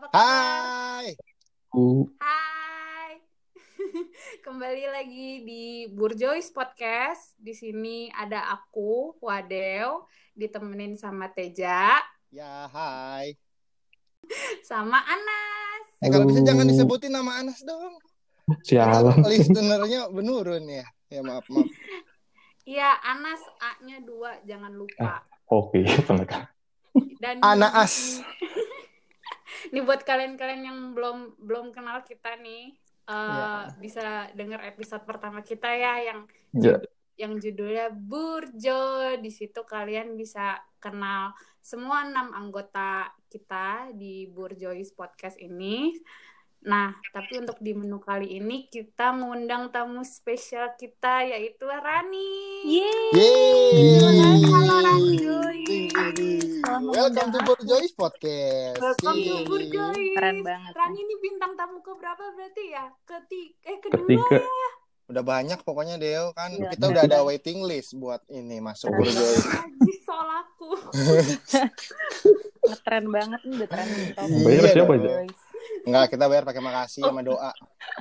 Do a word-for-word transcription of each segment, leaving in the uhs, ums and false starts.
kabar? Hai. Uh, Hai. Kembali lagi di Burjois Podcast. Di sini ada aku, Wadew, ditemenin sama Teja, Ya, hai. sama Anas. Eh, kalau bisa jangan Halo. disebutin nama Anas dong. Ntar Sialan. listenernya menurun ya. Ya maaf, maaf. Iya, Anas A-nya dua, jangan lupa. Oke, teman. Dan Anaas. ini buat kalian-kalian yang belum belum kenal kita nih, uh, Ya. bisa dengar episode pertama kita ya yang Ya. judul, yang judulnya Burjo. Di situ kalian bisa kenal semua enam anggota kita di Burjois Podcast ini. Nah, tapi untuk di menu kali ini kita mengundang tamu spesial kita, yaitu Rani. Yeay. Yeay. Halo Rani. Ding, ding, ding. Telah Welcome to mengundang Burjois Podcast. Welcome to Yeay. Burjois. Keren banget. Rani ini bintang tamu ke berapa berarti ya? Ketiga, eh kedua Ketiga. ya. Udah banyak pokoknya Deo kan. Iya, Kita keren udah ada banget. waiting list buat ini masuk Keren Burjois. Haji soal aku. Ngetren banget nih, udah trending top. Bayar Iya siapa dong. aja? Guys. Enggak, kita bayar pakai makasih sama doa.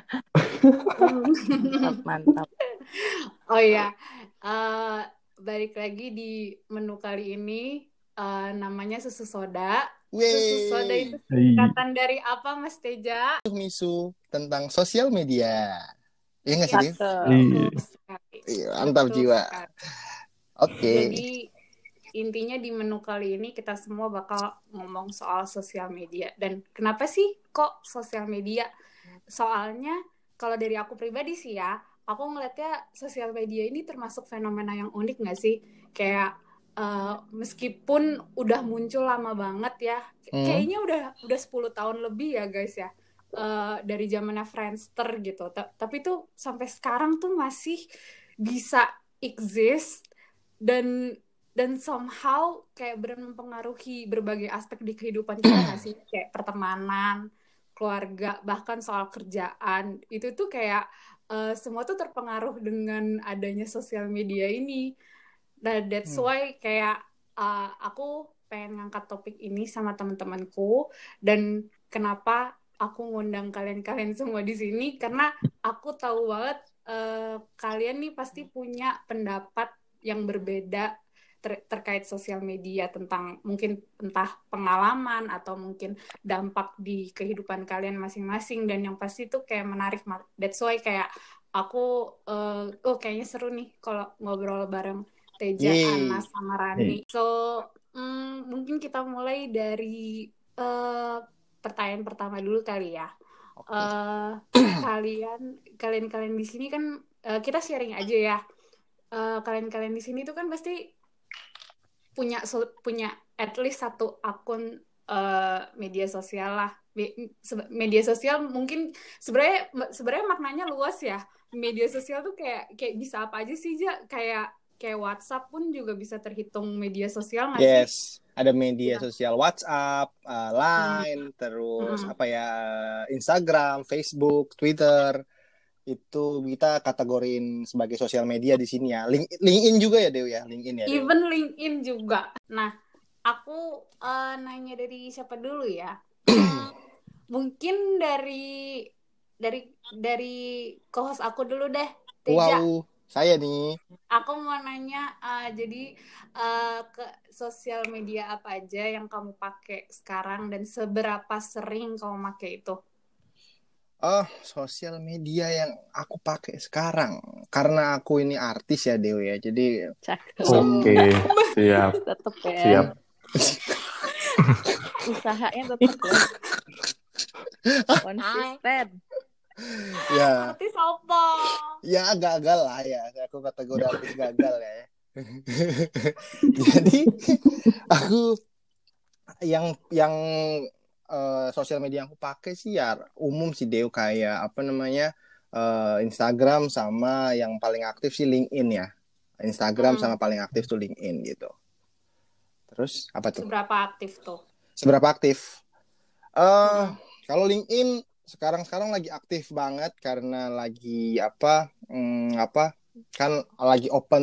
Mantap, mantap. Oh iya, Eh, balik lagi di menu kali ini, eh, namanya susu soda. Susu soda Wey. itu Hai. singkatan dari apa, Mas Teja? Misu tentang sosial media. Iya nggak sih, Dew? Cakep. Iya. Betul sekali. Iya, mantap Betul jiwa. sekali. Oke. Jadi intinya di menu kali ini kita semua bakal ngomong soal sosial media. Dan kenapa sih kok sosial media? Soalnya kalau dari aku pribadi sih ya, aku ngeliatnya sosial media ini termasuk fenomena yang unik nggak sih? Kayak uh, meskipun udah muncul lama banget ya, Hmm. kayaknya udah udah sepuluh tahun lebih ya guys ya, uh, dari zamannya Friendster gitu. Ta- tapi tuh sampai sekarang tuh masih bisa exist dan dan somehow kayak benar mempengaruhi berbagai aspek di kehidupan kita nggak sih? Kayak pertemanan, keluarga, bahkan soal kerjaan. Itu tuh kayak uh, semua tuh terpengaruh dengan adanya sosial media ini. Nah, that's Hmm. why kayak uh, aku pengen ngangkat topik ini sama teman-temanku. Dan kenapa aku ngundang kalian-kalian semua di sini, karena aku tahu banget uh, kalian nih pasti punya pendapat yang berbeda ter- terkait sosial media, tentang mungkin entah pengalaman atau mungkin dampak di kehidupan kalian masing-masing, dan yang pasti tuh kayak menarik. That's why kayak aku uh, oh kayaknya seru nih kalau ngobrol bareng Teja, Yeay. Anas, sama Rani. So mm, mungkin kita mulai dari uh, pertanyaan pertama dulu kali ya. Oke. Uh, kalian kalian kalian di sini kan uh, kita sharing aja ya. Uh, kalian-kalian di sini tuh kan pasti punya so- punya at least satu akun uh, media sosial lah. Me- sebe- media sosial mungkin sebenarnya sebenarnya maknanya luas ya. Media sosial tuh kayak kayak bisa apa aja sih, Ja? Kayak kayak WhatsApp pun juga bisa terhitung media sosial nggak sih? Yes, ada media Ya. sosial WhatsApp, uh, Line, terus Hmm. apa ya, Instagram, Facebook, Twitter. Itu kita kategoriin sebagai sosial media di sini ya. Link, LinkedIn juga ya, Dew ya, LinkedIn ya. Dew? Even LinkedIn juga. Nah, aku uh, nanya dari siapa dulu ya? Hmm, mungkin dari dari dari co-host aku dulu deh, Teja. Wow, saya nih. Aku mau nanya, uh, jadi uh, ke sosial media apa aja yang kamu pakai sekarang dan seberapa sering kamu pakai itu? Oh, sosial media yang aku pakai sekarang. Karena aku ini artis ya, Dew ya. Jadi Cakep. Sem- Oke, siap. Tetep ya. Siap. Usahanya tetep ya. Konsisten. ya, Artis apa? ya gagal lah ya. Aku kategori artis gagal ya. Jadi aku yang yang uh, sosial media yang aku pakai sih ya umum sih, Dew, kayak apa namanya, uh, Instagram, sama yang paling aktif sih LinkedIn ya. Instagram Hmm. sama paling aktif tuh LinkedIn gitu. Terus apa tuh? Seberapa aktif tuh? Seberapa aktif? Uh, Hmm. Kalau LinkedIn sekarang-sekarang lagi aktif banget karena lagi apa hmm, apa kan lagi open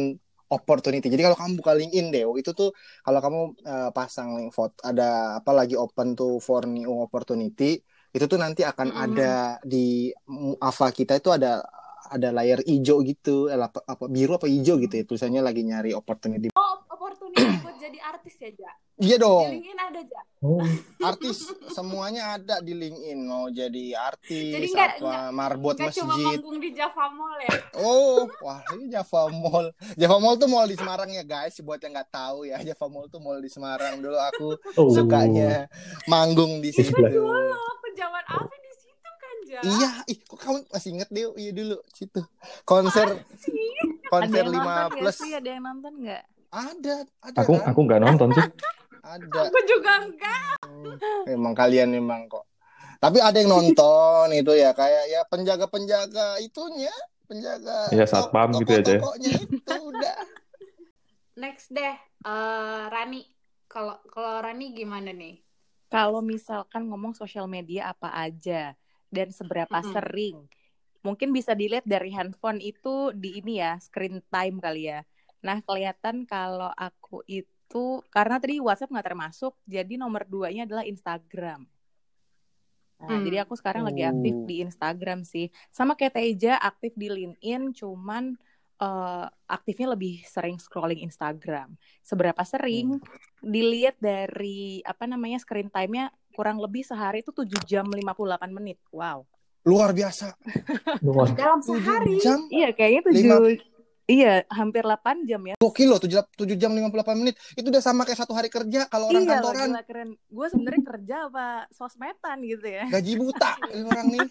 opportunity. Jadi kalau kamu buka LinkedIn deh, itu tuh kalau kamu uh, pasang link foto ada apa lagi open tuh for new opportunity, itu tuh nanti akan Mm-mm. ada di Ava kita itu ada ada layar hijau gitu, eh, apa, apa biru apa hijau gitu ya, tulisannya lagi nyari opportunity. Oh, opportunity buat jadi artis ya, Ja? Iya Di dong. LinkedIn ada, Ja? Oh, Artis semuanya ada di LinkedIn, mau jadi artis Jadi nggak apa nggak marbot nggak cuma masjid. manggung di Java Mall ya? Oh, wah ini Java Mall. Java Mall tuh mall di Semarang ya guys. Buat yang nggak tahu ya, Java Mall tuh mall di Semarang. Dulu aku oh. sukanya manggung di Di situ. sebelah. Dulu waktu zaman Avi di situ kan, Ja? Iya, ih kok kamu masih inget deh? Iya dulu situ. Konser Sih. konser Ada yang lima nonton nggak plus. sih? Ada yang nonton nggak? Ada, ada Aku kan? aku nggak nonton sih. Ada. Aku juga enggak. Memang kalian memang kok. Tapi ada yang nonton itu ya, kayak ya penjaga-penjaga itunya, penjaga Ya tok- satpam gitu aja. toko-tokonya itu udah. Next deh, eh, Rani. Kalau kalau Rani gimana nih? Kalau misalkan ngomong sosial media apa aja dan seberapa Mm-mm. sering, mungkin bisa dilihat dari handphone itu di ini ya, screen time kali ya. Nah, kelihatan kalau aku itu, karena tadi WhatsApp nggak termasuk, jadi nomor duanya adalah Instagram. Nah, Hmm. jadi aku sekarang lagi aktif Uh. di Instagram sih. Sama kayak Teja, aktif di LinkedIn, cuman eh, aktifnya lebih sering scrolling Instagram. Seberapa sering? Dilihat dari apa namanya screen time-nya kurang lebih sehari itu tujuh jam lima puluh delapan menit. Wow. Luar biasa. Luar. Dalam tujuh sehari. jam Iya, kayaknya Lima- tujuh iya, hampir delapan jam ya. gokil loh, tujuh jam lima puluh delapan menit. Itu udah sama kayak satu hari kerja kalau orang Iya, loh, kantoran. gila keren. Gue sebenarnya kerja apa sosmedan gitu ya. Gaji buta ini orang nih.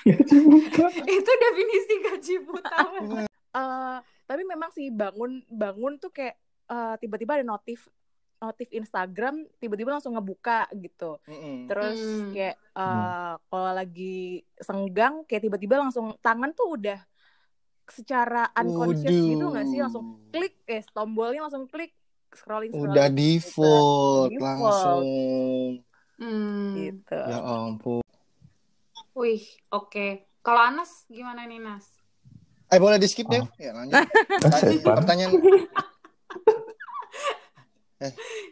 Itu definisi gaji buta. Eh, tapi memang sih bangun bangun tuh kayak eh, tiba-tiba ada notif notif Instagram, tiba-tiba langsung ngebuka gitu. Mm-mm. Terus Hmm. kayak eh, kalau lagi senggang kayak tiba-tiba langsung tangan tuh udah secara unconscious Waduh. gitu nggak sih, langsung klik eh tombolnya langsung klik scrolling scrolling Udah gitu. default, Default. langsung. Hmm. Gitu. Ya ampun. Wih, oke. Kalau Anas gimana nih, Nas? Eh boleh di skip deh. Oh. Ya lanjut. Ah, Tadi setan. pertanyaan. eh.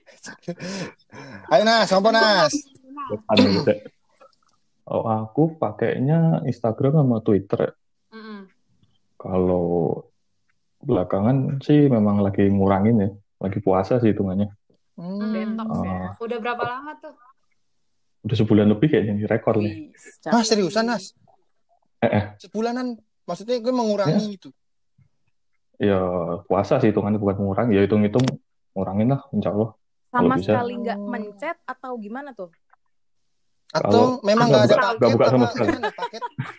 Ayo Nas, ngomong Nas. Setan gitu. Oh, aku pakainya Instagram sama Twitter. Mm-mm. Kalau belakangan sih memang lagi ngurangin ya. Lagi puasa sih hitungannya. Hmm. Detox ya. Ah, Udah berapa lama tuh? udah sebulan lebih kayaknya nih, rekor nih. Wih, Hah cakep. seriusan Nas? Eh, eh. Sebulanan. Maksudnya gue mengurangi itu. Ya puasa sih hitungannya, bukan mengurangi. Ya hitung-hitung ngurangin lah, insya Allah. Kalau Sama bisa. sekali nggak mencet atau gimana tuh? Atau Kalau memang nggak nggak ada buka, paket nggak buka sama apa sekali. gimana paket?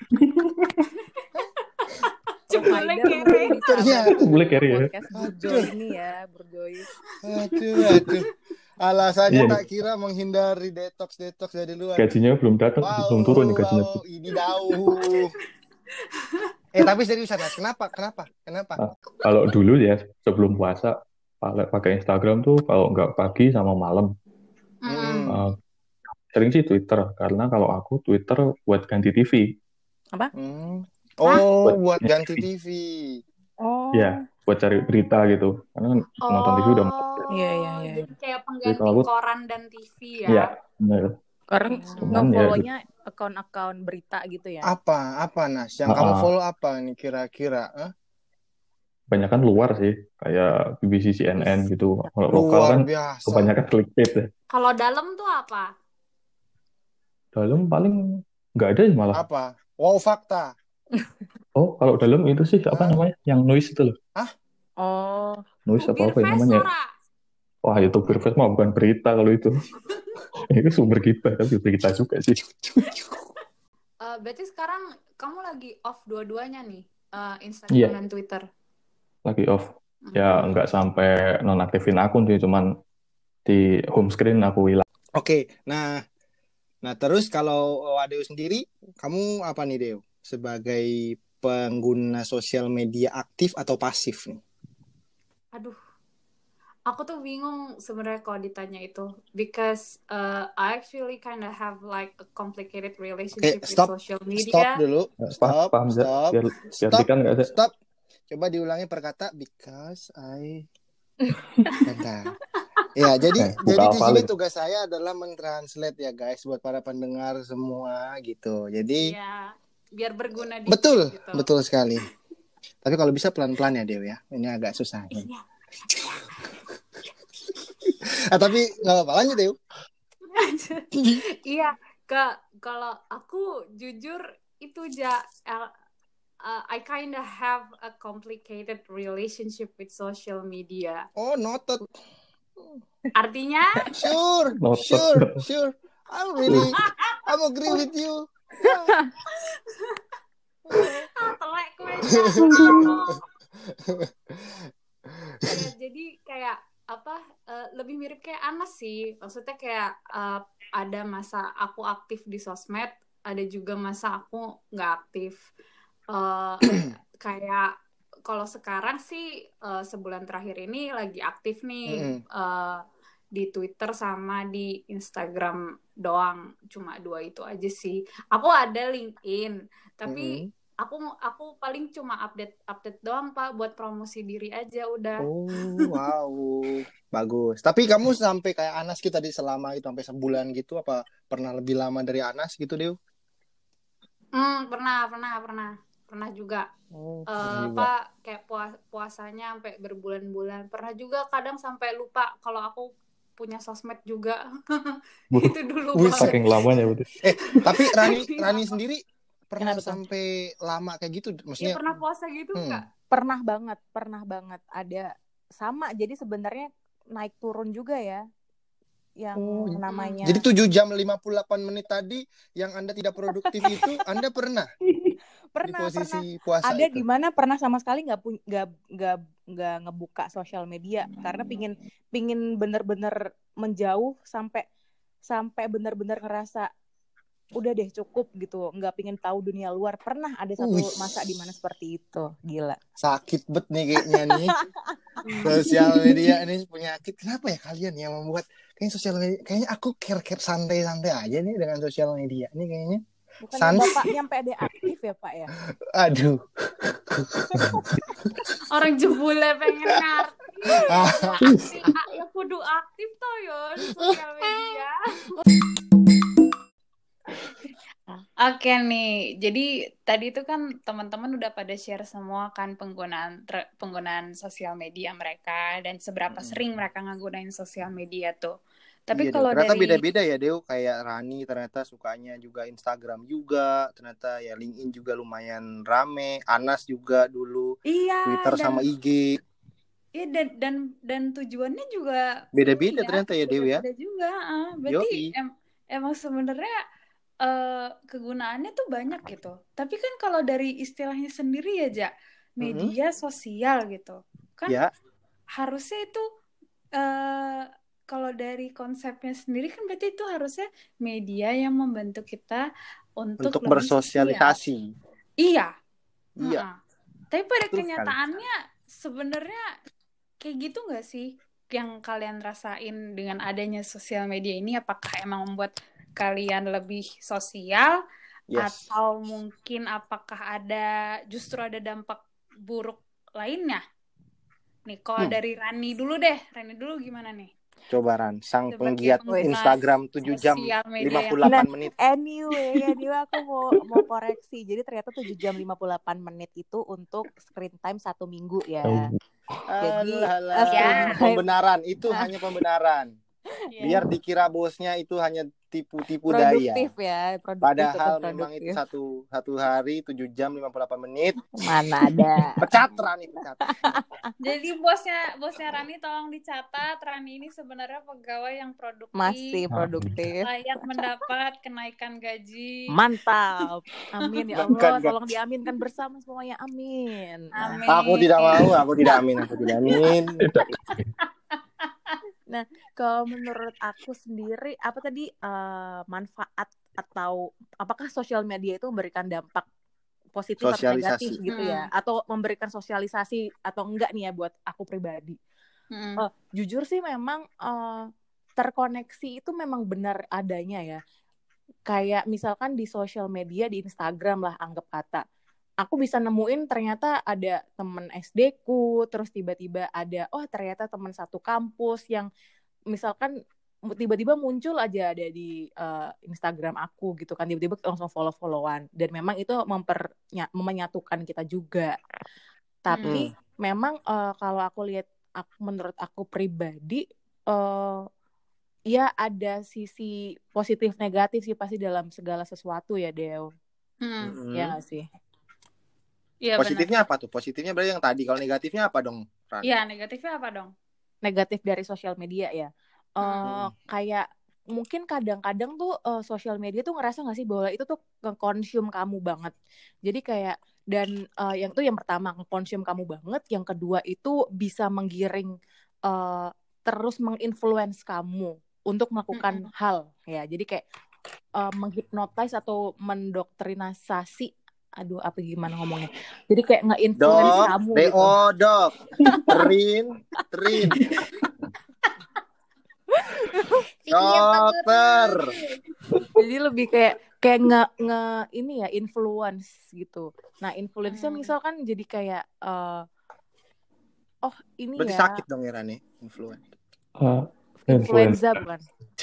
Cebule Provider kere. mungkin bisa Ternyata. bantu Cebule kere ya. podcast Burjoy ini ya, Burjoy. Aduh, aduh. Alasannya Iya, tak kira menghindari detox-detox dari luar. gajinya belum datang, Wow, belum turun nih gajinya. wow, ini jauh. eh tapi seriusan Nas, kenapa? Kenapa? Kenapa? Nah, kalau dulu ya sebelum puasa pakai pakai Instagram tuh kalau nggak pagi sama malam. Mm-mm. Uh, sering sih Twitter, karena kalau aku Twitter buat ganti T V. Hmm. Oh, Buat buat punya ganti T V. T V. Oh. Ya, buat cari berita gitu. Karena nonton T V udah males. Oh, Iya, iya, iya. jadi kayak Jadi pengganti kalau aku, koran dan T V ya? ya, bener. Karena Cuman ya, nge-follow-nya account-account berita gitu ya. Apa? Apa Nas? Yang Ah, kamu ah. follow apa nih kira-kira? Hah? banyak kan luar sih, kayak B B C, C N N gitu. Kalau lokal Luar kan biasa. kebanyakan clickbait ya. Kalau dalam tuh apa? Dalam paling nggak ada sih malah. Apa? Wow, fakta. Oh, kalau dalam itu sih apa Hah? namanya? Yang noise itu loh. Oh. Noise apa Ubir apa ya namanya? Vesora. Wah, itu Birfest mah bukan berita kalau itu. Itu sumber kita, tapi berita juga sih. Eh, berarti sekarang kamu lagi off dua-duanya nih, eh, Instagram Iya. dan Twitter. Lagi off. Ya nggak sampai nonaktifin akun sih, cuman di home screen aku hilang. Oke, nah, nah terus kalau Wadeo sendiri, kamu apa nih Deo? Sebagai pengguna sosial media aktif atau pasif nih? Aduh, aku tuh bingung sebenarnya kalau ditanya itu, because uh, I actually kind of have like a complicated Oke, relationship with stop, social stop media. dulu, Paham, stop, paham, Zak? stop, Biar, biar stop, Dikan nggak, Zak? stop. Coba diulangi per kata. Because I. Bentar. Ya, jadi Eh, buka jadi di sini hafalin. tugas saya adalah mentranslate ya guys buat para pendengar semua gitu. Jadi Iya, biar berguna dikit betul, gitu. betul sekali. Tapi kalau bisa pelan-pelan ya Dew ya. Ini agak susah. nih. Iya. Ah, tapi nggak apa-apa, lanjut Dew. Iya, ke kalau aku jujur itu ja uh, uh, I kinda have a complicated relationship with social media. Oh, noted. Artinya Sure, Noted. sure, sure. I'm really, I'm agree with you. Yeah. ah, telek gue ya, jadi kayak apa uh, lebih mirip kayak Anas sih. Maksudnya kayak uh, ada masa aku aktif di sosmed, ada juga masa aku nggak aktif. Uh, kayak kalau sekarang sih uh, sebulan terakhir ini lagi aktif nih Mm-mm. uh, di Twitter sama di Instagram doang, cuma dua itu aja sih. Aku ada LinkedIn, tapi Mm-mm. aku aku paling cuma update update doang Pak buat promosi diri aja udah. Oh, wow. Bagus. Tapi kamu sampai kayak Anas gitu tadi selama itu sampai sebulan gitu apa pernah lebih lama dari Anas gitu, Dew? Hmm, pernah, pernah, pernah. Pernah juga. Oh, Eh, pernah juga. apa kayak puas- puasanya sampai berbulan-bulan. Pernah juga kadang sampai lupa kalau aku punya sosmed juga. Waduh, Itu dulu Buset. banget. saking lamanya udah. Eh, tapi Rani Saking Rani lama. sendiri pernah Kenapa tuh? sampai lama kayak gitu? Iya Maksudnya pernah puasa gitu hmm. nggak? Pernah banget, pernah banget. Ada sama, jadi sebenarnya naik turun juga ya. Yang Oh, namanya jadi tujuh jam lima puluh delapan menit tadi yang Anda tidak produktif itu Anda pernah di pernah pernah posisi puasa ada itu? di mana pernah sama sekali nggak pun nggak nggak nggak ngebuka sosial media karena pingin pingin bener-bener menjauh sampai sampai bener-bener ngerasa udah deh cukup gitu, nggak pingin tahu dunia luar. Pernah ada satu Wih. masa di mana seperti itu, gila. Sakit bet nih kayaknya nih. Sosial media ini penyakit. Kenapa ya kalian yang membuat kayaknya sosial media, kayaknya aku care-care santai-santai aja nih dengan sosial media nih kayaknya. Bukannya Sans. Bapak nyampe ada aktif ya Pak ya? Aduh. Orang jebule pengen ngerti. Aktif, ya kudu aktif toh yo di sosial media. Oke nih, jadi tadi itu kan teman-teman udah pada share semua kan penggunaan ter- penggunaan sosial media mereka dan seberapa Mm-mm. sering mereka nggunain sosial media tuh. Tapi Iya, Dew. kalau Ternyata dari beda-beda ya, Dew. Kayak Rani ternyata sukanya juga Instagram juga. Ternyata ya LinkedIn juga lumayan rame. Anas juga dulu iya Twitter dan sama I G. iya dan dan dan tujuannya juga Beda-beda ini ya, ternyata ya, Dew ya. beda-beda juga. Ah, berarti Yoi. em- emang sebenarnya eh, kegunaannya tuh banyak gitu. Tapi kan kalau dari istilahnya sendiri ya, Ja, Mm-mm. media sosial gitu. Kan Ya, harusnya itu eh kalau dari konsepnya sendiri kan berarti itu harusnya media yang membantu kita untuk, untuk lebih sosial. bersosialisasi. Iya. Iya, Heeh. Tapi pada betul sekali. kenyataannya sebenarnya kayak gitu nggak sih yang kalian rasain dengan adanya sosial media ini? Apakah emang membuat kalian lebih sosial Yes. atau mungkin apakah ada justru ada dampak buruk lainnya? Nih, kalau Hmm. dari Rani dulu deh. Rani dulu gimana nih? Coba Ran, sang Sebagai penggiat pengguna Instagram tujuh jam sosial media lima yang puluh delapan Nah, menit. anyway, anyway aku mau mau koreksi. Jadi ternyata tujuh jam lima puluh delapan menit itu untuk screen time satu minggu ya. Oh, Jadi Alah, uh, alah. screen Ya. time Pembenaran, itu hanya pembenaran. Iya. Biar dikira bosnya itu hanya tipu-tipu daya. produktif ya, produktif Padahal tetap memang itu produktif. satu satu hari tujuh jam lima puluh delapan menit. Mana ada. Pecat Rani, pecat. Jadi bosnya bosnya Rani tolong dicatat, Rani ini sebenarnya pegawai yang produktif, Masih produktif. layak mendapat kenaikan gaji. Mantap. Amin ya Bukan, Allah, kan. tolong diaminkan bersama semuanya. Amin. Nah, Amin. Aku tidak mau, aku tidak amin, aku tidak amin. tidak. Nah, kalau menurut aku sendiri, apa tadi uh, manfaat atau apakah sosial media itu memberikan dampak positif atau Sosialisasi. negatif gitu ya? Hmm. Atau memberikan sosialisasi atau enggak nih ya buat aku pribadi? Hmm. Uh, jujur sih memang uh, terkoneksi itu memang benar adanya ya. Kayak misalkan di sosial media, di Instagram lah anggap kata. aku bisa nemuin ternyata ada temen S D-ku, terus tiba-tiba ada, oh ternyata temen satu kampus yang misalkan tiba-tiba muncul aja ada di uh, Instagram aku gitu kan, tiba-tiba langsung follow-followan, dan memang itu memper, menyatukan kita juga. Tapi Hmm. memang uh, kalau aku lihat, aku, menurut aku pribadi, uh, ya ada sisi positif negatif sih pasti dalam segala sesuatu ya, Dew. Hmm. Mm-mm. Ya nggak sih? Iya, Positifnya benar. apa tuh? Positifnya berarti yang tadi. Kalau negatifnya apa dong, Ran? Iya, negatifnya apa dong? Negatif dari sosial media ya. Uh, Hmm. Kayak mungkin kadang-kadang tuh uh, sosial media tuh ngerasa nggak sih bahwa itu tuh nge-consume kamu banget. Jadi kayak, dan uh, yang itu yang pertama nge-consume kamu banget, yang kedua itu bisa menggiring, uh, terus menginfluence kamu untuk melakukan Mm-mm. hal ya. Jadi kayak uh, menghipnotis atau mendoktrinasasi, aduh apa gimana ngomongnya. Jadi kayak nge-influence Dok, kamu D gitu. O, dok. Trin, Trin. Dokter. Jadi lebih kayak kayak nge nge ini ya, influence gitu. Nah, influence-nya Hmm. misalkan jadi kayak uh, oh ini Berarti ya sakit dong ya, Rani. Influence. Uh, influenza influencer. bukan?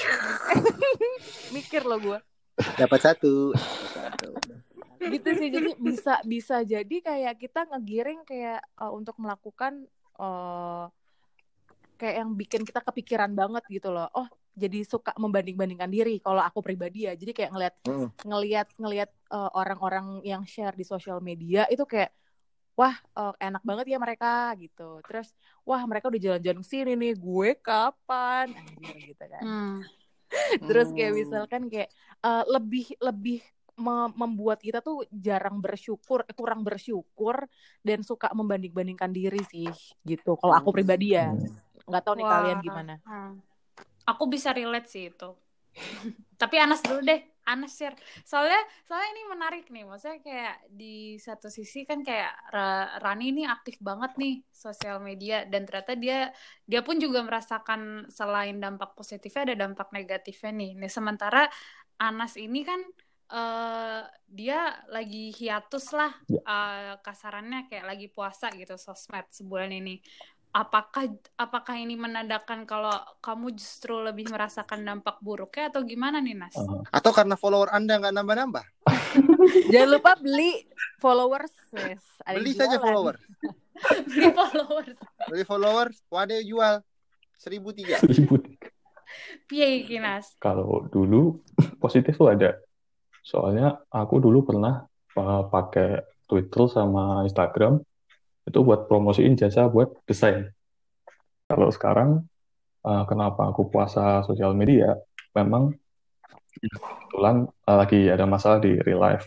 Mikir loh gue. Dapat satu. Dapat satu. Gitu sih, jadi bisa bisa jadi kayak kita ngegiring kayak uh, untuk melakukan uh, kayak yang bikin kita kepikiran banget gitu loh. Oh, jadi suka membanding-bandingkan diri kalau aku pribadi ya. Jadi kayak ngelihat Hmm. ngelihat ngelihat uh, orang-orang yang share di sosial media itu kayak wah, uh, enak banget ya mereka gitu. Terus wah, mereka udah jalan-jalan sini nih, gue kapan? Anjir gitu kan. Hmm. Terus kayak Hmm. misalkan kayak uh, lebih lebih me- membuat kita tuh jarang bersyukur, eh, kurang bersyukur dan suka membanding-bandingkan diri sih gitu. Kalau aku pribadi ya, nggak tahu nih Wah. kalian gimana. Hmm. Aku bisa relate sih itu. Tapi Anas dulu deh, Anas share. Soalnya soalnya ini menarik nih, maksudnya kayak di satu sisi kan kayak Ra- Rani ini aktif banget nih sosial media, dan ternyata dia dia pun juga merasakan selain dampak positifnya ada dampak negatifnya nih. Nah, sementara Anas ini kan eh, dia lagi hiatus lah, eh, kasarannya kayak lagi puasa gitu sosmed sebulan ini. Apakah apakah ini menandakan kalau kamu justru lebih merasakan dampak buruknya atau gimana nih, Nas? Uh, Atau karena follower Anda nggak nambah-nambah? Jangan lupa beli followers, yes. Ada Beli yang saja jualan. follower. Beli followers. Beli follower, wadah jual seribu tiga. seribu. Piye iki, Nas? Kalau dulu positif tuh ada. Soalnya aku dulu pernah uh, pakai Twitter sama Instagram itu buat promosiin jasa buat desain. Kalau sekarang uh, kenapa aku puasa sosial media? Memang kebetulan uh, lagi ada masalah di real life.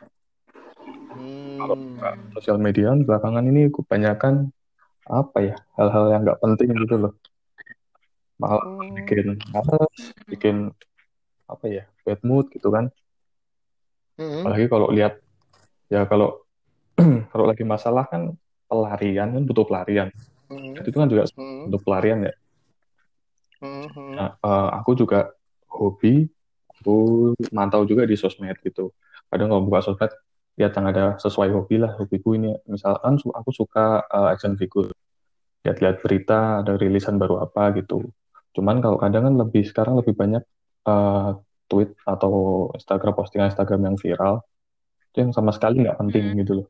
Kalau Hmm. sosial media belakangan ini kebanyakan apa ya, hal-hal yang nggak penting gitu loh, malah Oh. bikin males, bikin apa ya, bad mood gitu kan. Hmm. Apalagi kalau lihat ya, kalau kalau lagi masalah kan pelarian, kan butuh pelarian. Hmm. Itu kan juga Hmm. untuk pelarian ya. Hmm. Nah, uh, aku juga hobi, aku mantau juga di sosmed gitu. Kadang kalau buka sosmed, lihat yang ada sesuai hobi lah. Hobiku ini, misalkan su- aku suka uh, action figure. Lihat-lihat berita, ada rilisan baru apa gitu. Cuman kalau kadang kan lebih, sekarang lebih banyak uh, tweet atau Instagram, postingan Instagram yang viral, itu yang sama sekali nggak penting Hmm. gitu loh.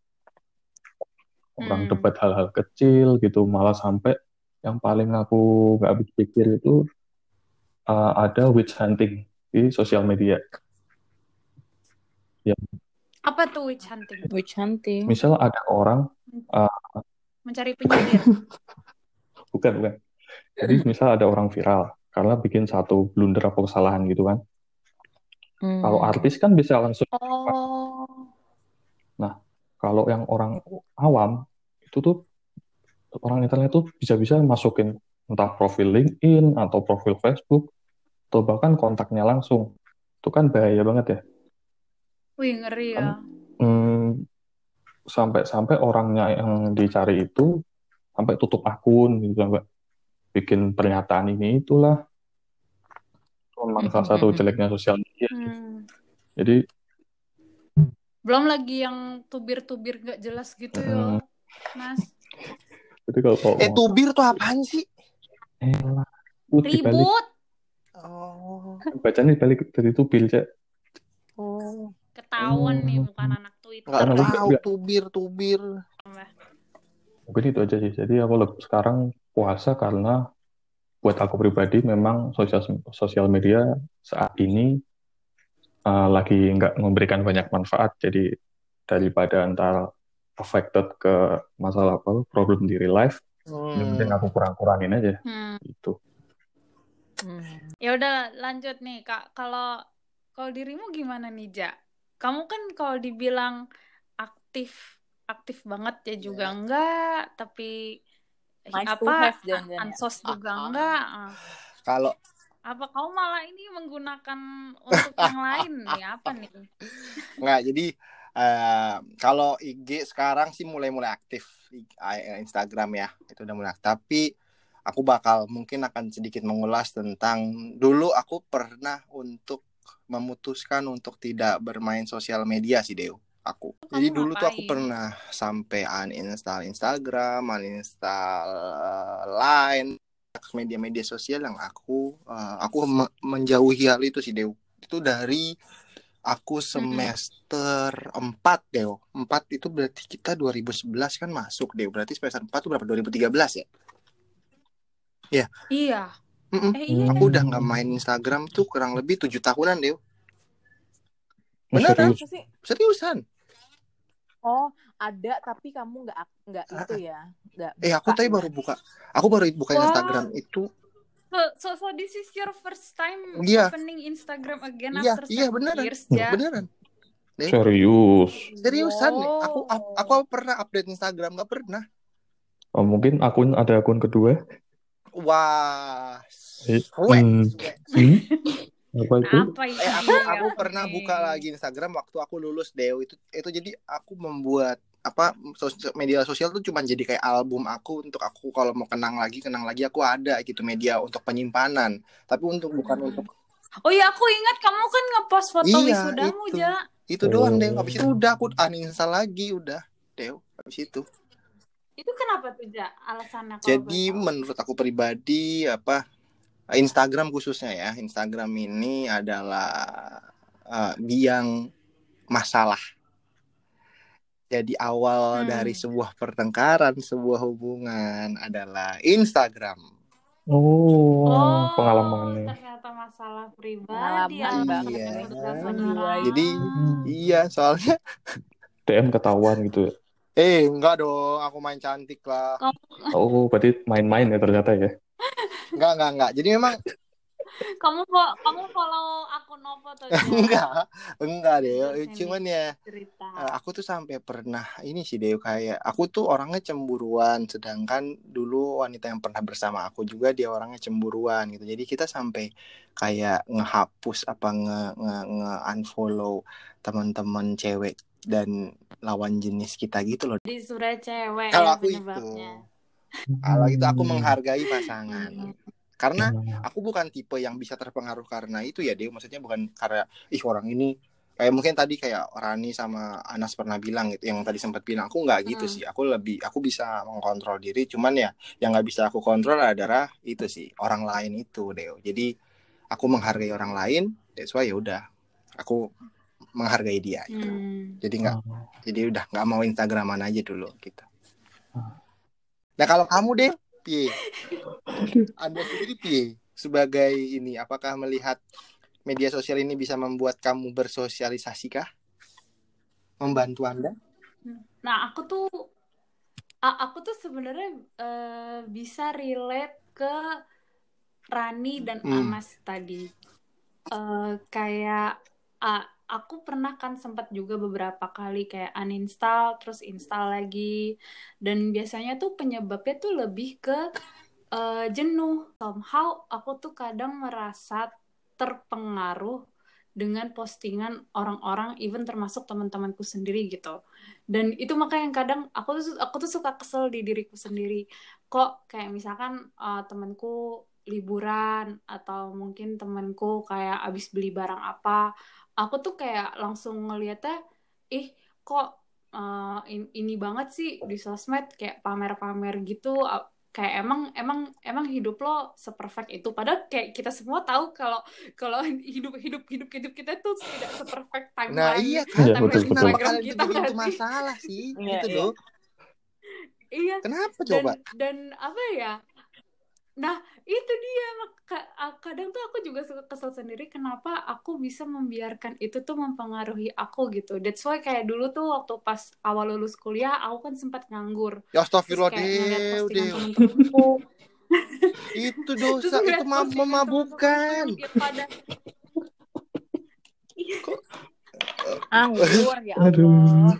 Orang Hmm. debat hal-hal kecil gitu, malah sampai yang paling aku nggak habis pikir itu uh, ada witch hunting di sosial media. Ya, Apa tuh witch hunting? Witch hunting. misal ada orang uh, Mencari penyihir. bukan bukan. Jadi misal ada orang viral karena bikin satu blunder atau kesalahan gitu kan. Hmm. Kalau artis kan bisa langsung. Oh. Nah, kalau yang orang awam itu tuh, orang internet tuh bisa-bisa masukin entah profil LinkedIn atau profil Facebook atau bahkan kontaknya langsung. Itu kan bahaya banget ya. Wih, ngeri ya. Hmm, sampai-sampai orangnya yang dicari itu sampai tutup akun gitu, sampai bikin pernyataan ini itulah. Memang salah satu jeleknya sosial media. Hmm. Jadi Belum lagi yang tubir-tubir gak jelas gitu Mm. ya, Mas. Jadi kalau kalau Eh, tubir tuh apaan sih? elah, uh, dibalik Ribut, Oh. bacanya dibalik dari tubil, Cak. Oh. ketahuan nih Hmm. bukan anak Twitter. Nggak Karena aku tahu nggak- tubir tubir. Mungkin itu aja sih. Jadi aku lebih sekarang puasa karena buat aku pribadi memang sosial sosial media saat ini uh, lagi nggak memberikan banyak manfaat. Jadi daripada antara affected ke masalah apa problem di real life, yang penting Hmm. aku kurang-kurangin aja. Hmm. Itu. Hmm. Ya udah lanjut nih Kak. Kalau kalau dirimu gimana nih, Ja? Kamu kan kalau dibilang aktif aktif banget ya juga enggak, tapi Nice to apa have jangan-jangan ya. ansos juga enggak. Ah. Kalau Apa kamu malah ini menggunakan untuk yang lain nih? Apa nih? nggak jadi eh, kalau I G sekarang sih mulai-mulai aktif I- I- Instagram ya itu udah mulai aktif. Tapi aku bakal mungkin akan sedikit mengulas tentang dulu aku pernah untuk memutuskan untuk tidak bermain sosial media sih Deo aku. Kamu Jadi dulu tuh aku ngapain? pernah sampai uninstall Instagram, uninstall eh, Line, media-media sosial yang aku eh, aku me- menjauhi hal itu sih Deo. Itu dari aku semester empat Deo. empat itu berarti kita dua ribu sebelas kan masuk Deo. Berarti semester empat itu berapa? dua ribu tiga belas ya? Iya. Iya. Mm-mm. Eh iya. Aku udah nggak main Instagram tuh kurang lebih tujuh tahunan Deo. Oh, Beneran? serius? Masa sih? Seriusan? Oh, ada tapi kamu nggak nggak itu ya, nggak Eh aku buka tadi ya. baru buka. Aku baru buka Wow. Instagram itu. So, so, so this is your first time Iya. opening Instagram again Iya, after iya seven beneran. years, Ja? Beneran. Deo. Serius? Seriusan nih. Aku Wow. aku pernah update Instagram nggak pernah. Oh, mungkin akun ada akun kedua? Wah. Eh, Sweat, hmm. sweat. Hmm? Apa itu? Apa itu Eh aku dia aku pernah nih? buka lagi Instagram waktu aku lulus Deo itu itu jadi aku membuat apa sos- media sosial tuh cuma jadi kayak album aku untuk aku kalau mau kenang lagi kenang lagi aku ada gitu media untuk penyimpanan tapi untuk bukan Hmm. untuk Oh iya, aku ingat kamu kan ngepost foto iya wisudamu, itu Ja. itu doang Oh. deh habis itu udah aku uninstall lagi udah Deo habis itu Itu kenapa tuh, Ja? Alasannya kalau jadi boleh tahu. menurut aku pribadi apa Instagram khususnya ya Instagram ini adalah uh, biang masalah. Jadi awal Hmm. dari sebuah pertengkaran, sebuah hubungan adalah Instagram. Oh, Oh, pengalamannya. ternyata masalah pribadi Pengalaman banget Iya. alasannya sudah menjiwai. Jadi Hmm. iya soalnya D M ketahuan gitu ya. eh enggak dong, aku main cantik lah. Kamu, Oh, berarti main-main ya ternyata ya. Enggak, enggak, enggak. Jadi memang kamu fo- kamu follow akun Novo tuh, Ja? enggak, enggak deh. Terus ini Cuman ya cerita. eh, aku tuh sampai pernah ini sih Deo kayak aku tuh orangnya cemburuan sedangkan dulu wanita yang pernah bersama aku juga dia orangnya cemburuan gitu. Jadi kita sampai kayak ngehapus apa nge nge, nge unfollow teman-teman cewek dan lawan jenis kita gitu loh. Jadi sudah cewek Kalau ya aku itu penyebabnya. kalau itu aku menghargai pasangan. Hmm. Karena Hmm. aku bukan tipe yang bisa terpengaruh karena itu ya Deo. Maksudnya bukan karena ih orang ini kayak mungkin tadi kayak Rani sama Anas pernah bilang gitu yang tadi sempat bilang aku nggak gitu Hmm. sih aku lebih aku bisa mengkontrol diri cuman ya yang nggak bisa aku kontrol adalah itu sih orang lain itu Deo jadi aku menghargai orang lain that's why ya udah aku menghargai dia gitu. Hmm. jadi nggak Oh. jadi udah nggak mau Instagraman aja dulu gitu. Nah kalau kamu deh piye Anda sendiri piye sebagai ini apakah melihat media sosial ini bisa membuat kamu bersosialisasi kah? Membantu Anda? Nah, aku tuh a- aku tuh sebenarnya eh, bisa relate ke Rani dan Hmm. Anas tadi. Eh, kayak ah, aku pernah kan sempat juga beberapa kali kayak uninstall terus install lagi dan biasanya tuh penyebabnya tuh lebih ke eh, jenuh. Somehow aku tuh kadang merasa terpengaruh dengan postingan orang-orang, even termasuk teman-temanku sendiri gitu. Dan itu makanya yang kadang aku tuh aku tuh suka kesel di diriku sendiri. Kok kayak misalkan eh, temanku liburan atau mungkin temanku kayak abis beli barang apa, aku tuh kayak langsung ngeliatnya ih kok uh, in, ini banget sih di sosmed kayak pamer-pamer gitu. Kayak emang emang emang hidup lo seperfect itu, padahal kayak kita semua tahu kalau kalau hidup hidup hidup hidup kita tuh tidak seperfect Nah timeline iya kan, Iya, timeline betul, kenapa betul. Instagram kalian itu kita bikin nggak itu sih? masalah sih, Iya, gitu iya. loh. Iya. Kenapa Dan coba? dan apa ya? Nah itu dia, Ka- kadang tuh aku juga suka kesel sendiri kenapa aku bisa membiarkan itu tuh mempengaruhi aku gitu. That's why kayak dulu tuh waktu pas awal lulus kuliah aku kan sempat nganggur, Ya terus astagfirullah, kayak ngeliat Dew, postingan Dew. temen-temenku Itu terus dosa, itu ngeliat ma- postingan temen-temenku memabukkan. yang dia pada Kok Anggur ya Aduh. Allah.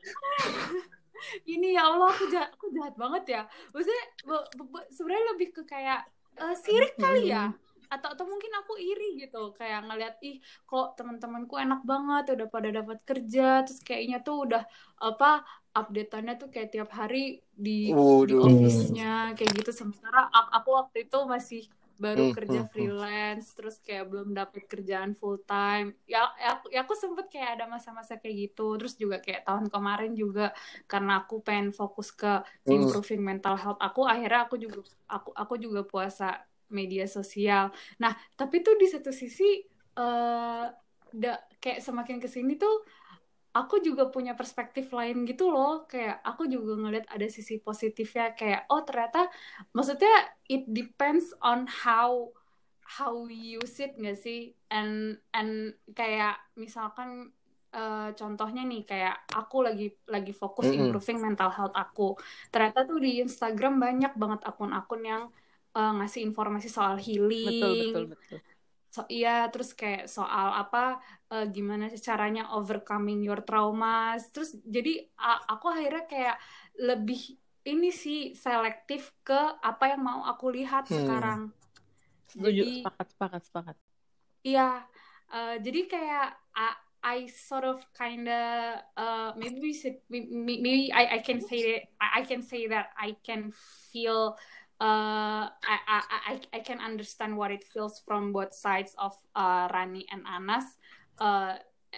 ini ya Allah aku jahat, aku jahat banget ya. Maksudnya be- be- be- sebenarnya lebih ke kayak eh, sirik kali ya, atau atau mungkin aku iri gitu kayak ngeliat ih kok teman-temanku enak banget udah pada dapat kerja, terus kayaknya tuh udah apa update-annya tuh kayak tiap hari di di Waduh. office-nya kayak gitu, sementara a- aku waktu itu masih baru Hmm, kerja hmm, hmm. freelance, terus kayak belum dapet kerjaan full time ya, ya aku ya aku sempet kayak ada masa-masa kayak gitu. Terus juga kayak tahun kemarin juga karena aku pengen fokus ke Hmm. improving mental health aku, akhirnya aku juga aku aku juga puasa media sosial. Nah tapi tuh di satu sisi eh da, kayak semakin kesini tuh aku juga punya perspektif lain gitu loh, kayak aku juga ngeliat ada sisi positifnya, kayak oh ternyata maksudnya it depends on how how we use it nggak sih, and and kayak misalkan uh, contohnya nih kayak aku lagi lagi fokus Mm-mm. improving mental health aku, ternyata tuh di Instagram banyak banget akun-akun yang uh, ngasih informasi soal healing. Betul, betul, betul. So, iya, terus kayak soal apa uh, gimana sih caranya overcoming your traumas. Terus jadi a- aku akhirnya kayak lebih ini sih selektif ke apa yang mau aku lihat Hmm. sekarang. Setuju, Jadi sepakat, sepakat, sepakat. iya, uh, jadi kayak I, I sort of kinda uh, maybe we should, maybe I I can say that I I can say that I can feel uh I I I I can understand what it feels from both sides of uh, Rani and Anas. Uh,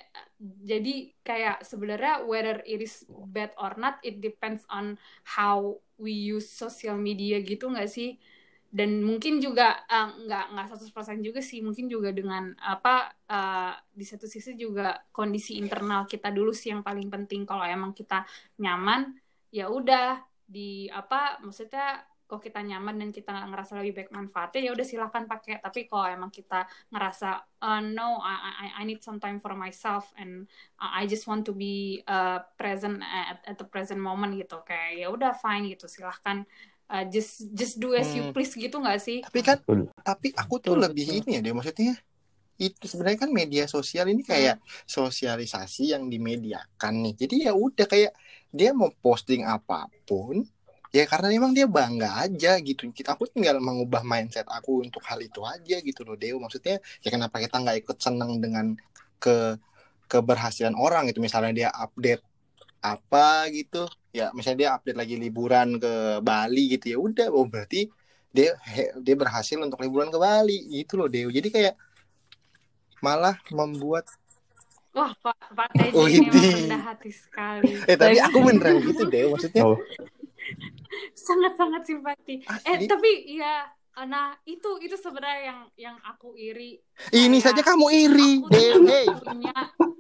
jadi kayak sebenarnya whether it is bad or not, it depends on how we use social media gitu nggak sih? Dan mungkin juga uh, nggak nggak seratus persen juga sih, mungkin juga dengan apa uh, di satu sisi juga kondisi internal kita dulu sih yang paling penting. Kalau emang kita nyaman ya udah di apa maksudnya kok kita nyaman dan kita nggak ngerasa lebih baik manfaatnya ya udah silahkan pakai. Tapi kalau emang kita ngerasa uh, no I, I I need some time for myself and I just want to be uh, present at, at the present moment gitu, kayak ya udah fine gitu, silahkan. Uh, just just do as you Hmm. please gitu nggak sih? Tapi kan, Betul. tapi aku tuh Betul, lebih betul. ini ya deh, maksudnya itu sebenarnya kan media sosial ini kayak sosialisasi yang dimediakan nih. Jadi ya udah kayak dia mau posting apapun ya karena memang dia bangga aja gitu. Aku tinggal mengubah mindset aku untuk hal itu aja gitu loh, Dew. Maksudnya ya kenapa kita nggak ikut seneng dengan ke keberhasilan orang gitu. Misalnya dia update apa gitu, ya misalnya dia update lagi liburan ke Bali gitu, ya udah, oh berarti dia dia berhasil untuk liburan ke Bali gitu loh, Dew. Jadi kayak malah membuat Wah Pak Pak Teja oh, ini ini. emang rendah hati sekali. Eh tapi aku beneran gitu, Dew, maksudnya Oh, Sangat-sangat simpati. asli. Eh tapi ya, nah itu itu sebenarnya yang yang aku iri. Ini Kayak saja kamu iri, aku Dew. tuh Hey. punya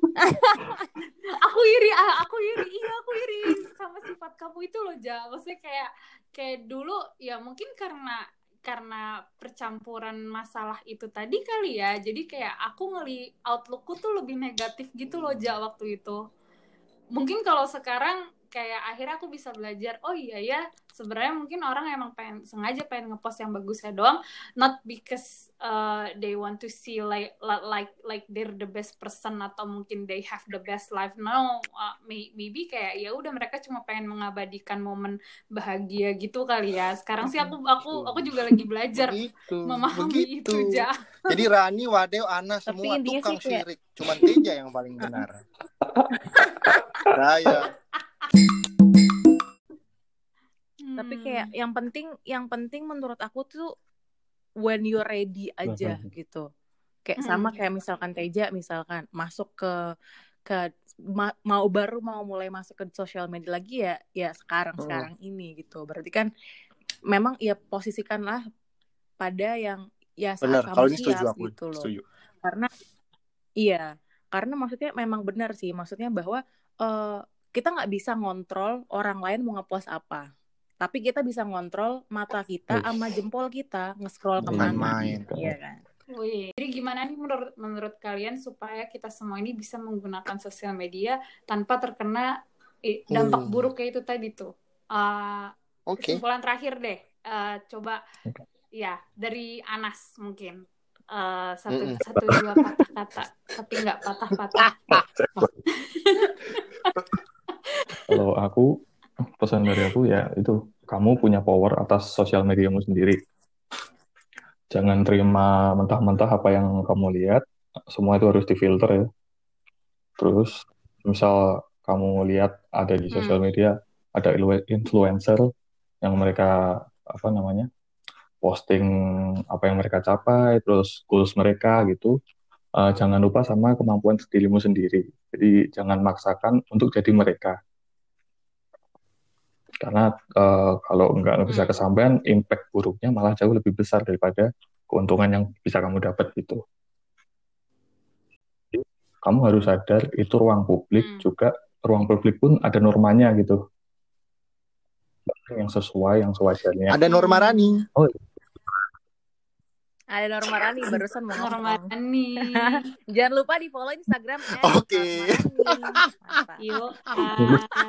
aku iri, ah, aku iri, iya aku iri sama sifat kamu itu loh, Ja. Maksudnya kayak kayak dulu ya mungkin karena karena percampuran masalah itu tadi kali ya. Jadi kayak aku ngeli outlookku tuh lebih negatif gitu loh, Ja, waktu itu. Mungkin kalau sekarang kayak akhirnya aku bisa belajar, oh iya ya, sebenarnya mungkin orang emang pengen sengaja pengen ngepost yang bagusnya doang, not because uh, they want to see like like like they're the best person atau mungkin they have the best life. No, uh, maybe kayak ya udah mereka cuma pengen mengabadikan momen bahagia gitu kali ya. Sekarang sih aku aku aku juga lagi belajar Begitu, memahami begitu. itu, Ja. Jadi Rani, Wadew, Ana Tapi semua intinya tukang sih kayak- sirik, cuman Teja yang paling benar. Saya Tapi Hmm. kayak yang penting yang penting menurut aku tuh when you're ready aja Mhm. gitu. Kayak Hmm. sama kayak misalkan Teja misalkan masuk ke ke ma- mau baru mau mulai masuk ke sosial media lagi ya ya sekarang Hmm. sekarang ini gitu. Berarti kan memang ya posisikanlah pada yang ya saat Bener, kamu kalau ini setuju siap aku, gitu loh. setuju. Karena iya, karena maksudnya memang benar sih, maksudnya bahwa eh, kita nggak bisa ngontrol orang lain mau ngepost apa, tapi kita bisa ngontrol mata kita Wih, sama jempol kita nge-scroll Bukan kemana, main. iya kan? Wih, jadi gimana nih menurut menurut kalian supaya kita semua ini bisa menggunakan sosial media tanpa terkena eh, dampak Hmm. buruknya itu tadi tuh. Uh, Oke. kesimpulan terakhir deh, Uh, coba ya dari Anas mungkin. Uh, satu Mm-mm. satu dua patah kata tapi nggak patah-patah. kalau aku pesan dari aku ya itu, kamu punya power atas sosial mediamu sendiri. Jangan terima mentah-mentah apa yang kamu lihat, semua itu harus difilter ya. Terus misal kamu lihat ada di sosial Hmm. media ada ilu- influencer yang mereka apa namanya posting apa yang mereka capai, terus goals mereka gitu. Eh, jangan lupa sama kemampuan dirimu sendiri. Jadi jangan maksakan untuk jadi mereka. Karena eh, kalau nggak bisa Hmm. kesampaian, impact buruknya malah jauh lebih besar daripada keuntungan yang bisa kamu dapat gitu. Jadi, kamu harus sadar itu ruang publik, Hmm. juga ruang publik pun ada normanya gitu, yang sesuai, yang sewajarnya. Ada Norma Rani. Oh, Ada Norma Rani barusan mau Norma ngomong. Rani. Jangan lupa di follow Instagram at Oke. Norma Rani. Mantap. Yuk. ah.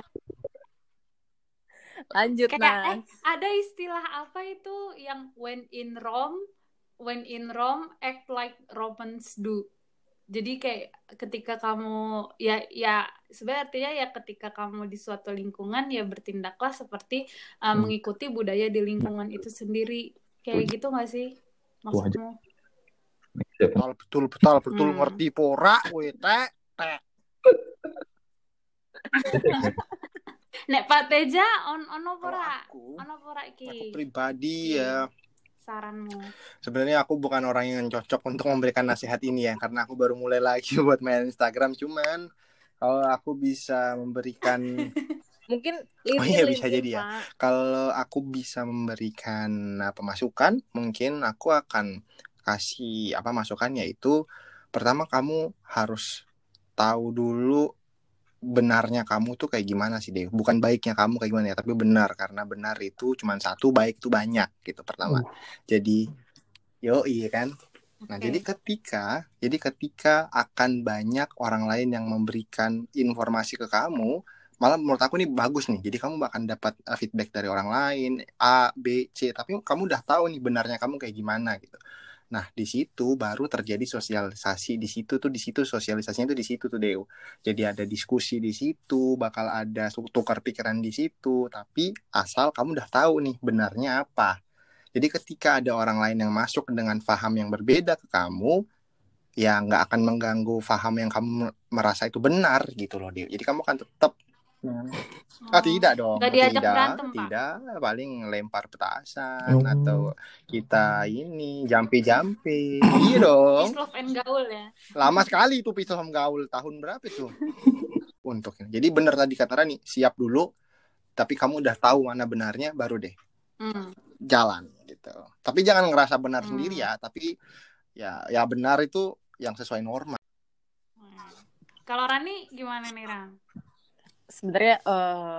Lanjut Kayak eh Nas. ada istilah apa itu yang when in Rome, when in Rome act like Romans do. Jadi kayak ketika kamu ya ya sebenarnya artinya ya ketika kamu di suatu lingkungan ya bertindaklah seperti uh, Hmm. mengikuti budaya di lingkungan itu sendiri. Kayak gitu nggak sih Itu aja. maksudmu? Betul, betul, betul, betul. Hmm. Ngerti pora, weh, teh, teh. Nek Pak Teja on ono Kalau pora, aku, ono pora aku iki pribadi ya, saranmu. sebenarnya aku bukan orang yang cocok untuk memberikan nasihat ini ya, karena aku baru mulai lagi buat main Instagram. Cuman kalau aku bisa memberikan, Mungkin oh LinkedIn iya bisa LinkedIn jadi ya. Pak. Kalau aku bisa memberikan apa masukan, mungkin aku akan kasih apa masukannya itu pertama kamu harus tahu dulu benarnya kamu tuh kayak gimana sih deh, bukan baiknya kamu kayak gimana ya, tapi benar, karena benar itu cuma satu, baik itu banyak gitu pertama. Jadi yo iya kan. Nah, Oke. jadi ketika jadi ketika akan banyak orang lain yang memberikan informasi ke kamu, malah menurut aku ini bagus nih. Jadi kamu bahkan dapat uh, feedback dari orang lain A, B, C, tapi kamu udah tahu nih benarnya kamu kayak gimana gitu. Nah, di situ baru terjadi sosialisasi. Di situ tuh di situ sosialisasinya tuh di situ tuh Deo. Jadi ada diskusi di situ, bakal ada tukar pikiran di situ, tapi asal kamu udah tahu nih benarnya apa. Jadi ketika ada orang lain yang masuk dengan paham yang berbeda ke kamu, ya nggak akan mengganggu paham yang kamu merasa itu benar gitu loh, Deo. Jadi kamu akan tetap Ah tidak dong, Nggak diajak tidak, berantem, Pak. tidak, paling lempar petasan Oh. atau kita ini jampi-jampi, iya dong. Peace, love, and gaul ya. Lama sekali itu Peace Love Gaul, tahun berapa itu? Untuk ini. Jadi benar tadi kata Rani, siap dulu, tapi kamu udah tahu mana benarnya, baru deh Hmm. jalan gitu. Tapi jangan ngerasa benar Hmm. sendiri ya, tapi ya ya benar itu yang sesuai norma. Hmm. Kalau Rani gimana nih Ran? Sebenarnya eh,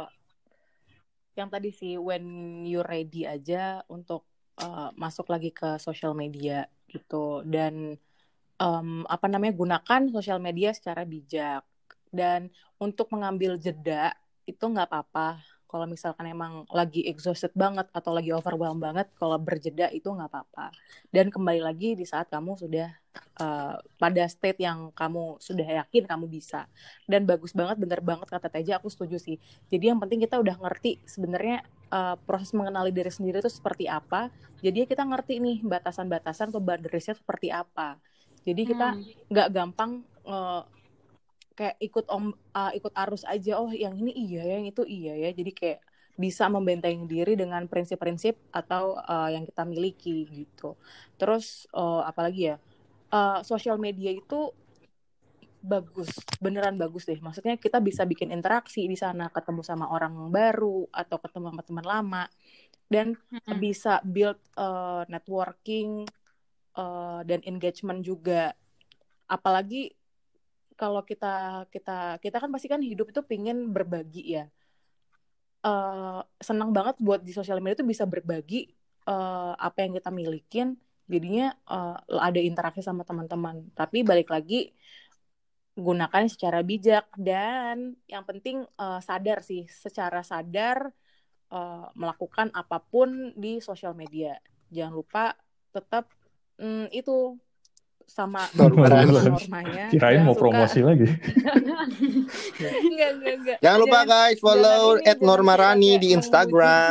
yang tadi sih when you ready aja untuk eh, masuk lagi ke sosial media gitu, dan em, apa namanya gunakan sosial media secara bijak, dan untuk mengambil jeda itu nggak apa-apa. Kalau misalkan emang lagi exhausted banget atau lagi overwhelmed banget, kalau berjeda itu nggak apa-apa. Dan kembali lagi di saat kamu sudah uh, pada state yang kamu sudah yakin kamu bisa. Dan bagus banget, bener banget kata Teja, aku setuju sih. Jadi yang penting kita udah ngerti sebenarnya uh, proses mengenali diri sendiri itu seperti apa. Jadi kita ngerti nih batasan-batasan atau boundariesnya seperti apa. Jadi kita nggak hmm. gampang uh, kayak ikut om uh, ikut arus aja, oh yang ini iya ya, yang itu iya ya. Jadi kayak bisa membentengi diri dengan prinsip-prinsip atau uh, yang kita miliki gitu. Terus uh, apalagi ya, uh, sosial media itu bagus, beneran bagus deh. Maksudnya kita bisa bikin interaksi di sana, ketemu sama orang baru atau ketemu sama teman lama, dan Mm-mm. bisa build uh, networking uh, dan engagement juga. Apalagi kalau kita kita kita kan pasti kan hidup itu pingin berbagi ya. Uh, senang banget buat di sosial media itu bisa berbagi uh, apa yang kita milikin. Jadinya uh, ada interaksi sama teman-teman. Tapi balik lagi, gunakan secara bijak, dan yang penting uh, sadar sih, secara sadar uh, melakukan apapun di sosial media. Jangan lupa tetap mm, itu sama norma-normanya. Kirain Jangan mau suka- promosi lagi. Enggak, enggak, enggak. Jangan lupa Jangan- guys follow jangan ini, at Normarani jangan di kayak Instagram.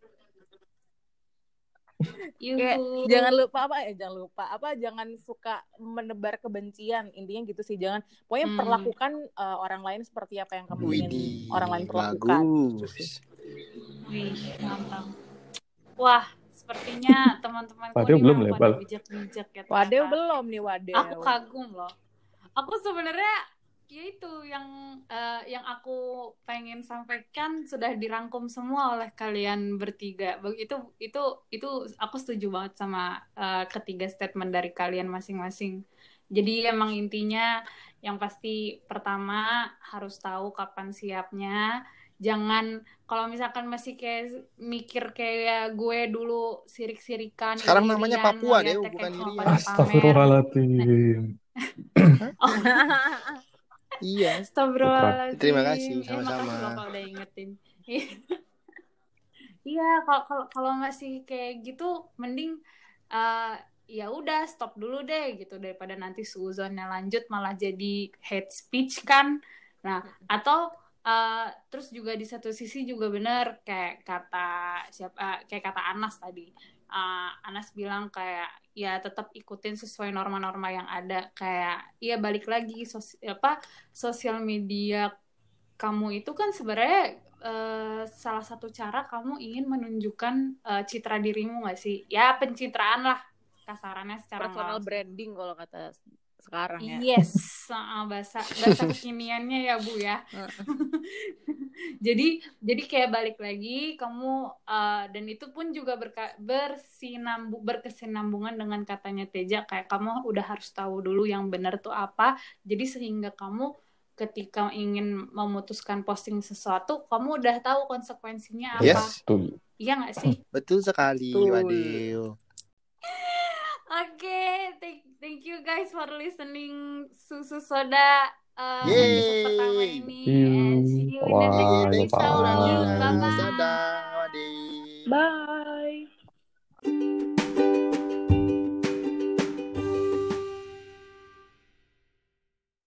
Kayak Yuhu. jangan lupa apa ya jangan lupa apa jangan suka menebar kebencian, intinya gitu sih. Jangan, pokoknya Hmm. perlakukan uh, orang lain seperti apa yang kamu ingin Widih, orang lain perlakukan gitu sih. bagus. Wih, mantap. Wah, sepertinya teman-temanku Waduh, ini belum memang lebar. pada bijak-bijak ya. Wadew ternyata. belum nih Wadew. Aku kagum loh. Aku sebenarnya ya itu yang eh, yang aku pengen sampaikan sudah dirangkum semua oleh kalian bertiga. Beg- Itu itu itu aku setuju banget sama eh, ketiga statement dari kalian masing-masing. Jadi emang intinya yang pasti pertama harus tahu kapan siapnya. Jangan kalau misalkan masih kayak mikir kayak gue dulu sirik-sirikan, Sekarang namanya iri-irian, Papua, ngeliatnya Deo, kayak bukan cuma irian. pada pamer. Astagfirullahaladzim. Iya. Astagfirullahaladzim. Terima kasih, Eh, sama-sama. makasih loh kalau udah ingetin. Iya, kalau kalau kalau masih kayak gitu, mending eh, ya udah stop dulu deh gitu, daripada nanti suuzonnya lanjut malah jadi hate speech kan. Nah, atau eh, terus juga di satu sisi juga benar kayak kata siapa kayak kata Anas tadi. Eh, Anas bilang kayak ya tetap ikutin sesuai norma-norma yang ada, kayak iya balik lagi sos- apa sosial media kamu itu kan sebenarnya eh, salah satu cara kamu ingin menunjukkan eh, citra dirimu nggak sih? Ya pencitraan lah kasarannya secara nggak Personal langsung. branding kalau kata sekarang ya. Yes, ah, bahasa bahasa kekiniannya ya Bu ya. jadi jadi kayak balik lagi kamu eh, dan itu pun juga berka- bersinambu berkesinambungan dengan katanya Teja, kayak kamu udah harus tahu dulu yang benar tuh apa. Jadi sehingga kamu ketika ingin memutuskan posting sesuatu, kamu udah tahu konsekuensinya apa. Yes. Betul. Iya nggak sih? Betul sekali, Betul. Wadeo. Oke, thank, thank you guys for listening Susu Soda uh, Yeay. episode pertama ini. See you. And see you in the Bye. next Thank you, episode. Bye. Rani. Bye-bye. Dadah, Wade. Bye.